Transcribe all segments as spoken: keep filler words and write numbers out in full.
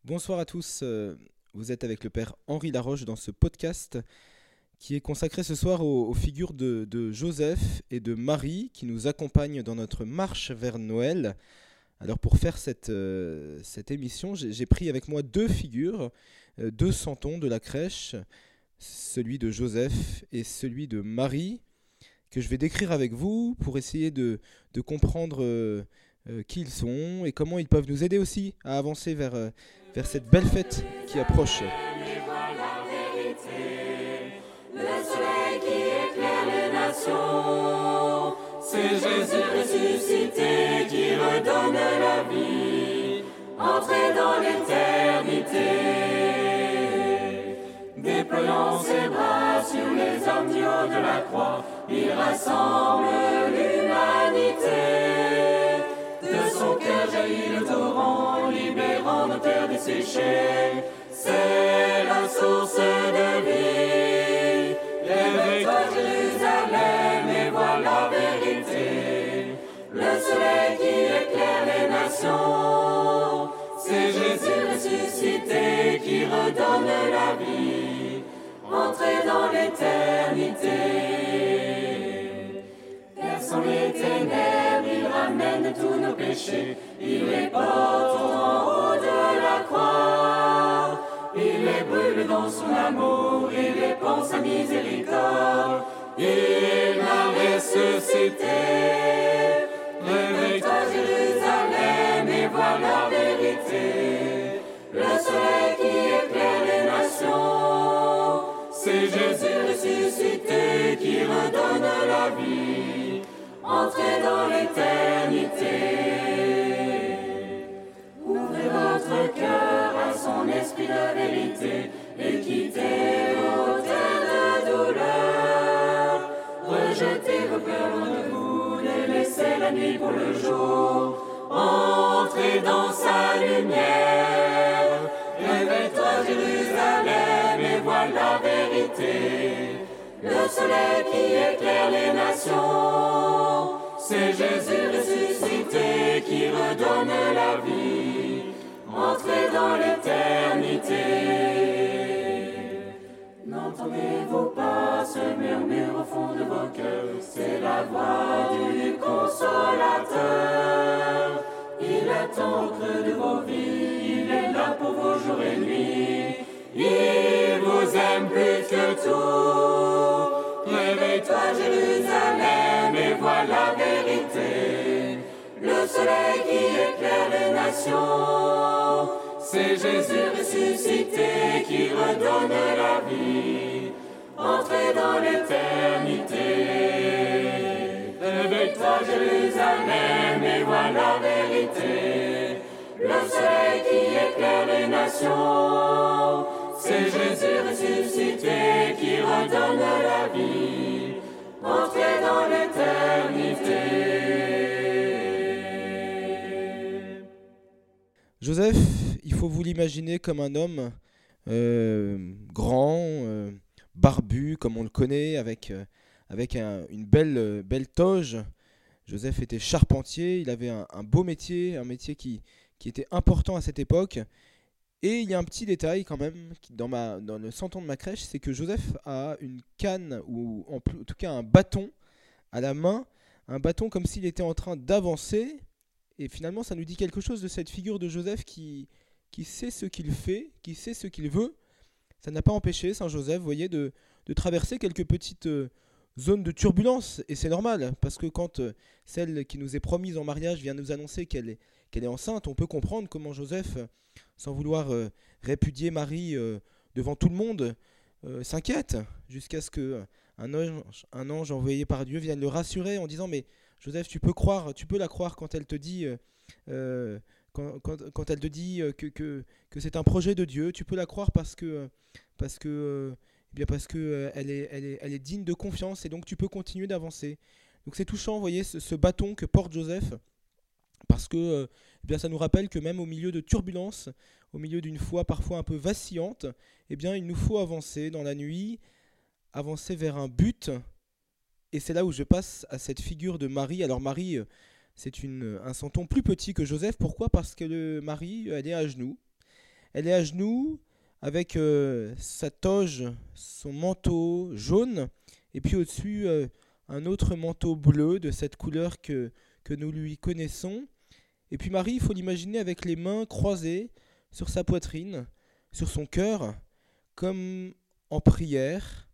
Bonsoir à tous, euh, vous êtes avec le Père Henri Laroche dans ce podcast qui est consacré ce soir aux, aux figures de, de Joseph et de Marie qui nous accompagnent dans notre marche vers Noël. Alors pour faire cette, euh, cette émission, j'ai, j'ai pris avec moi deux figures, euh, deux santons de la crèche, celui de Joseph et celui de Marie, que je vais décrire avec vous pour essayer de, de comprendre euh, euh, qui ils sont et comment ils peuvent nous aider aussi à avancer vers, euh, vers cette belle fête qui approche. Et voilà la vérité, le soleil qui éclaire les nations. C'est Jésus ressuscité qui redonne la vie, entré dans l'éternité. Déployant ses bras sur les agneaux de la croix, il rassemble l'humanité. De son cœur jaillit le torrent, libérant nos terres desséchées. C'est la source de vie. Réveille-toi Jérusalem et vois la vérité. Le soleil qui éclaire les nations. C'est Jésus ressuscité qui redonne la vie. Entrez dans l'éternité. Perçant les ténèbres, il ramène tous nos péchés. Il les porte en haut de la croix. Il les brûle dans son amour, il les pense sa miséricorde. Il m'a ressuscité. Réveille-toi Jérusalem et vois la vérité. Le soleil qui éclaire les nations. C'est Jésus ressuscité qui redonne la vie. Entrez dans l'éternité. Ouvrez votre cœur à son esprit de vérité et quittez vos terres de douleur. Rejetez vos peurs loin de vous et laissez la nuit pour le jour. Entrez dans sa lumière. Réveille-toi Jérusalem et vois la vérité. Le soleil qui éclaire les nations. C'est Jésus ressuscité qui redonne la vie. Entrez dans l'éternité. N'entendez-vous pas ce murmure au fond de vos cœurs? C'est la voix du consolateur. Il attend au creux de vos vies. Il est là pour vos jours et nuits. Il vous aime plus que tout. Réveille-toi Jérusalem et vois la vérité. Le soleil qui éclaire les nations. C'est Jésus ressuscité qui redonne la vie. Entrez dans l'éternité. Réveille-toi Jérusalem et vois la vérité. Le soleil qui éclaire les nations. C'est Jésus ressuscité qui redonne la vie. Entrez dans l'éternité. Joseph, il faut vous l'imaginer comme un homme euh, grand, euh, barbu, comme on le connaît, avec, euh, avec un- une belle, euh, belle toge. Joseph était charpentier, il avait un, un beau métier, un métier qui, qui était important à cette époque. Et il y a un petit détail quand même qui- dans, ma, dans le cent ans de ma crèche, c'est que Joseph a une canne, ou en, plus- en tout cas un bâton à la main, un bâton comme s'il était en train d'avancer. Et finalement, ça nous dit quelque chose de cette figure de Joseph qui, qui sait ce qu'il fait, qui sait ce qu'il veut. Ça n'a pas empêché Saint Joseph, vous voyez, de, de traverser quelques petites euh, zones de turbulence. Et c'est normal, parce que quand euh, celle qui nous est promise en mariage vient nous annoncer qu'elle est, qu'elle est enceinte, on peut comprendre comment Joseph, euh, sans vouloir euh, répudier Marie euh, devant tout le monde, euh, s'inquiète, jusqu'à ce que un ange, un ange envoyé par Dieu vienne le rassurer en disant mais Joseph, tu peux croire, tu peux la croire quand elle te dit, euh, euh, quand, quand- quand elle te dit euh, que, que, que c'est un projet de Dieu, tu peux la croire parce que, euh, parce que, euh, eh bien parce que euh, elle est, elle est, elle est digne de confiance et donc tu peux continuer d'avancer. Donc c'est touchant, vous voyez, ce, ce bâton que porte Joseph, parce que euh, eh bien ça nous rappelle que même au milieu de turbulences, au milieu d'une foi parfois un peu vacillante, eh bien il nous faut avancer dans la nuit, avancer vers un but. Et c'est là où je passe à cette figure de Marie. Alors Marie, euh, c'est une, un santon plus petit que Joseph. Pourquoi ? Parce que le- Marie, elle est à genoux. Elle est à genoux avec euh, sa toge, son manteau jaune, et puis au-dessus euh, un autre manteau bleu de cette couleur que, que nous lui connaissons. Et puis Marie, il faut l'imaginer avec les mains croisées sur sa poitrine, sur son cœur, comme en prière.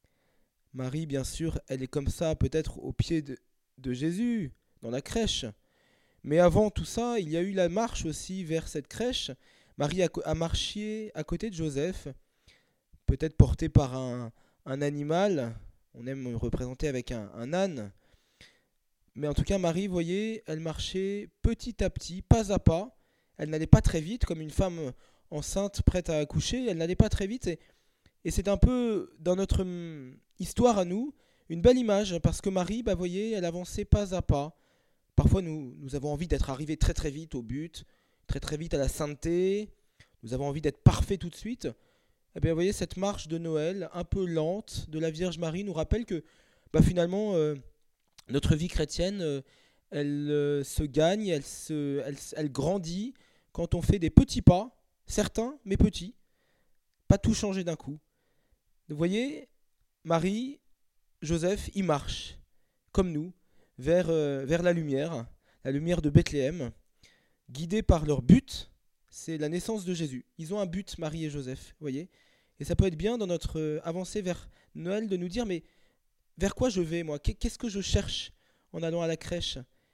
Marie, bien sûr, elle est comme ça, peut-être au pied de, de Jésus, dans la crèche. Mais avant tout ça, il y a eu la marche aussi vers cette crèche. Marie a, a marché à côté de Joseph, peut-être portée par un, un animal. On aime le représenter avec un, un âne. Mais en tout cas, Marie, vous voyez, elle marchait petit à petit, pas à pas. Elle n'allait pas très vite, comme une femme enceinte prête à accoucher. Elle n'allait pas très vite. Et, et c'est un peu, dans notre hum, histoire à nous, une belle image. Parce que Marie, bah, vous voyez, elle avançait pas à pas. Parfois, nous, nous avons envie d'être arrivés très très vite au but, très très vite à la sainteté. Nous avons envie d'être parfaits tout de suite. Eh bien, vous voyez, cette marche de Noël, un peu lente, de la Vierge Marie, nous rappelle que bah, finalement, euh, notre vie chrétienne, euh, elle euh, se gagne, elle, se, elle, elle grandit quand on fait des petits pas, certains, mais petits, pas tout changer d'un coup. Vous voyez, Marie, Joseph, ils marchent, comme nous, vers, euh, vers la lumière, la lumière de Bethléem, guidés par leur but, c'est la naissance de Jésus. Ils ont un but, Marie et Joseph, vous voyez. Et ça peut être bien dans notre euh, avancée vers Noël de nous dire, mais vers quoi je vais, moi? Qu'est-ce que je cherche en allant à la crèche?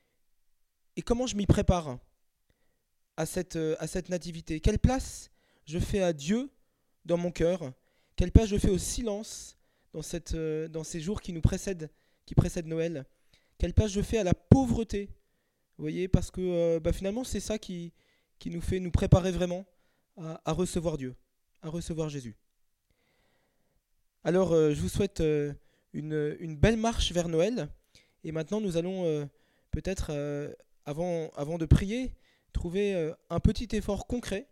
Et comment je m'y prépare à cette, euh, à cette nativité? Quelle place je fais à Dieu dans mon cœur? Quelle place je fais au silence dans, cette, euh, dans ces jours qui nous précèdent, qui précèdent Noël? Quelle place je fais à la pauvreté? Vous voyez, parce que euh, bah, finalement, c'est ça qui, qui nous fait nous préparer vraiment à, à recevoir Dieu, à recevoir Jésus. Alors, euh, je vous souhaite euh, une, une belle marche vers Noël. Et maintenant, nous allons euh, peut-être, euh, avant, avant de prier, trouver euh, un petit effort concret.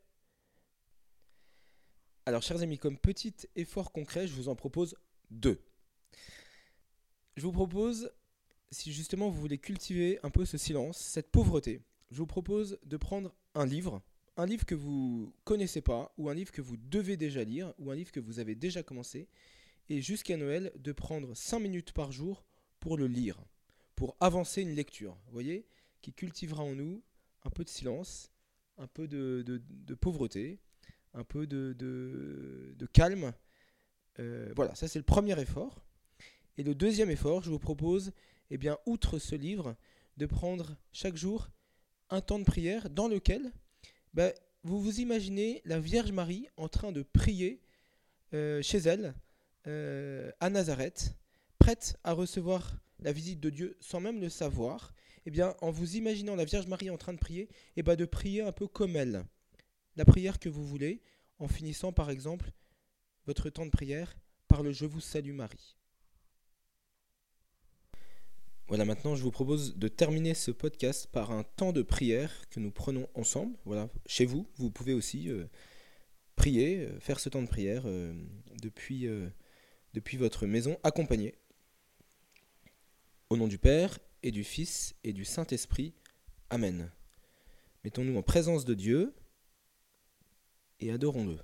Alors, chers amis, comme petit effort concret, je vous en propose deux. Je vous propose, si justement vous voulez cultiver un peu ce silence, cette pauvreté, je vous propose de prendre un livre, un livre que vous ne connaissez pas, ou un livre que vous devez déjà lire, ou un livre que vous avez déjà commencé, et jusqu'à Noël, de prendre cinq minutes par jour pour le lire, pour avancer une lecture, vous voyez, qui cultivera en nous un peu de silence, un peu de, de, de pauvreté, un peu de, de, de calme. Euh, voilà, ça c'est le premier effort. Et le deuxième effort, je vous propose, eh bien, outre ce livre, de prendre chaque jour un temps de prière dans lequel ben, vous vous imaginez la Vierge Marie en train de prier euh, chez elle, euh, à Nazareth, prête à recevoir la visite de Dieu sans même le savoir. Eh bien, en vous imaginant la Vierge Marie en train de prier, eh bien, de prier un peu comme elle, la prière que vous voulez, en finissant par exemple votre temps de prière par le Je vous salue Marie. Voilà, maintenant je vous propose de terminer ce podcast par un temps de prière que nous prenons ensemble. Voilà, chez vous, vous pouvez aussi euh, prier, euh, faire ce temps de prière euh, depuis, euh, depuis votre maison, accompagné. Au nom du Père et du Fils et du Saint-Esprit. Amen. Mettons-nous en présence de Dieu et adorons-le.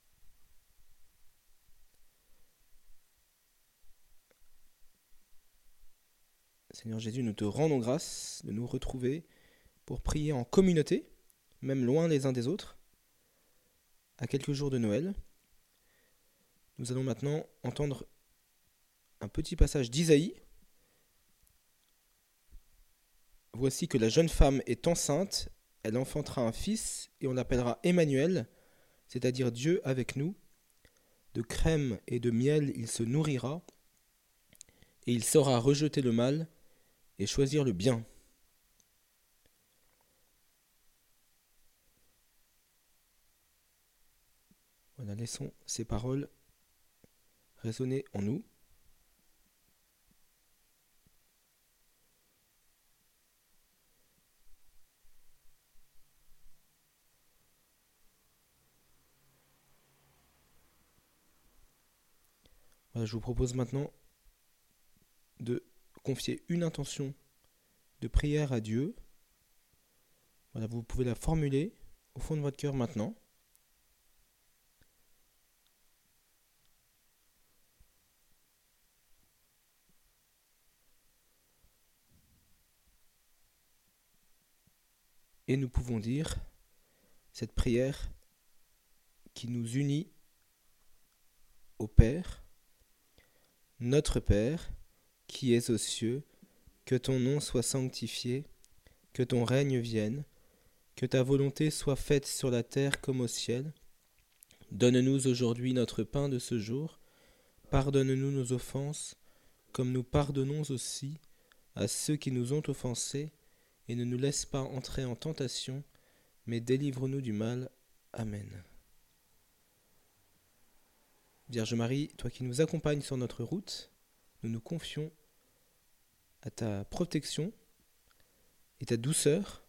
Seigneur Jésus, nous te rendons grâce de nous retrouver pour prier en communauté, même loin les uns des autres, à quelques jours de Noël. Nous allons maintenant entendre un petit passage d'Isaïe. Voici que la jeune femme est enceinte, elle enfantera un fils et on l'appellera Emmanuel, c'est-à-dire Dieu avec nous. De crème et de miel il se nourrira et il saura rejeter le mal et choisir le bien. Voilà, laissons ces paroles résonner en nous. Voilà, je vous propose maintenant de confier une intention de prière à Dieu. Voilà, vous pouvez la formuler au fond de votre cœur maintenant. Et nous pouvons dire cette prière qui nous unit au Père, notre Père, qui es aux cieux, que ton nom soit sanctifié, que ton règne vienne, que ta volonté soit faite sur la terre comme au ciel. Donne-nous aujourd'hui notre pain de ce jour. Pardonne-nous nos offenses, comme nous pardonnons aussi à ceux qui nous ont offensés, et ne nous laisse pas entrer en tentation, mais délivre-nous du mal. Amen. Vierge Marie, toi qui nous accompagnes sur notre route, nous nous confions à ta protection et ta douceur.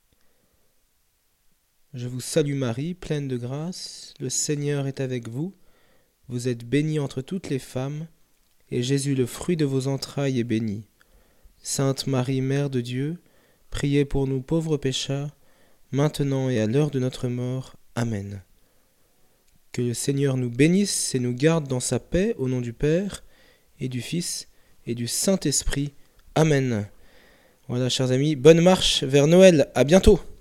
Je vous salue Marie, pleine de grâce, le Seigneur est avec vous. Vous êtes bénie entre toutes les femmes, et Jésus, le fruit de vos entrailles, est béni. Sainte Marie, Mère de Dieu, priez pour nous pauvres pécheurs, maintenant et à l'heure de notre mort. Amen. Que le Seigneur nous bénisse et nous garde dans sa paix, au nom du Père, et du Fils, et du Saint-Esprit. Amen. Voilà, chers amis, bonne marche vers Noël. À bientôt.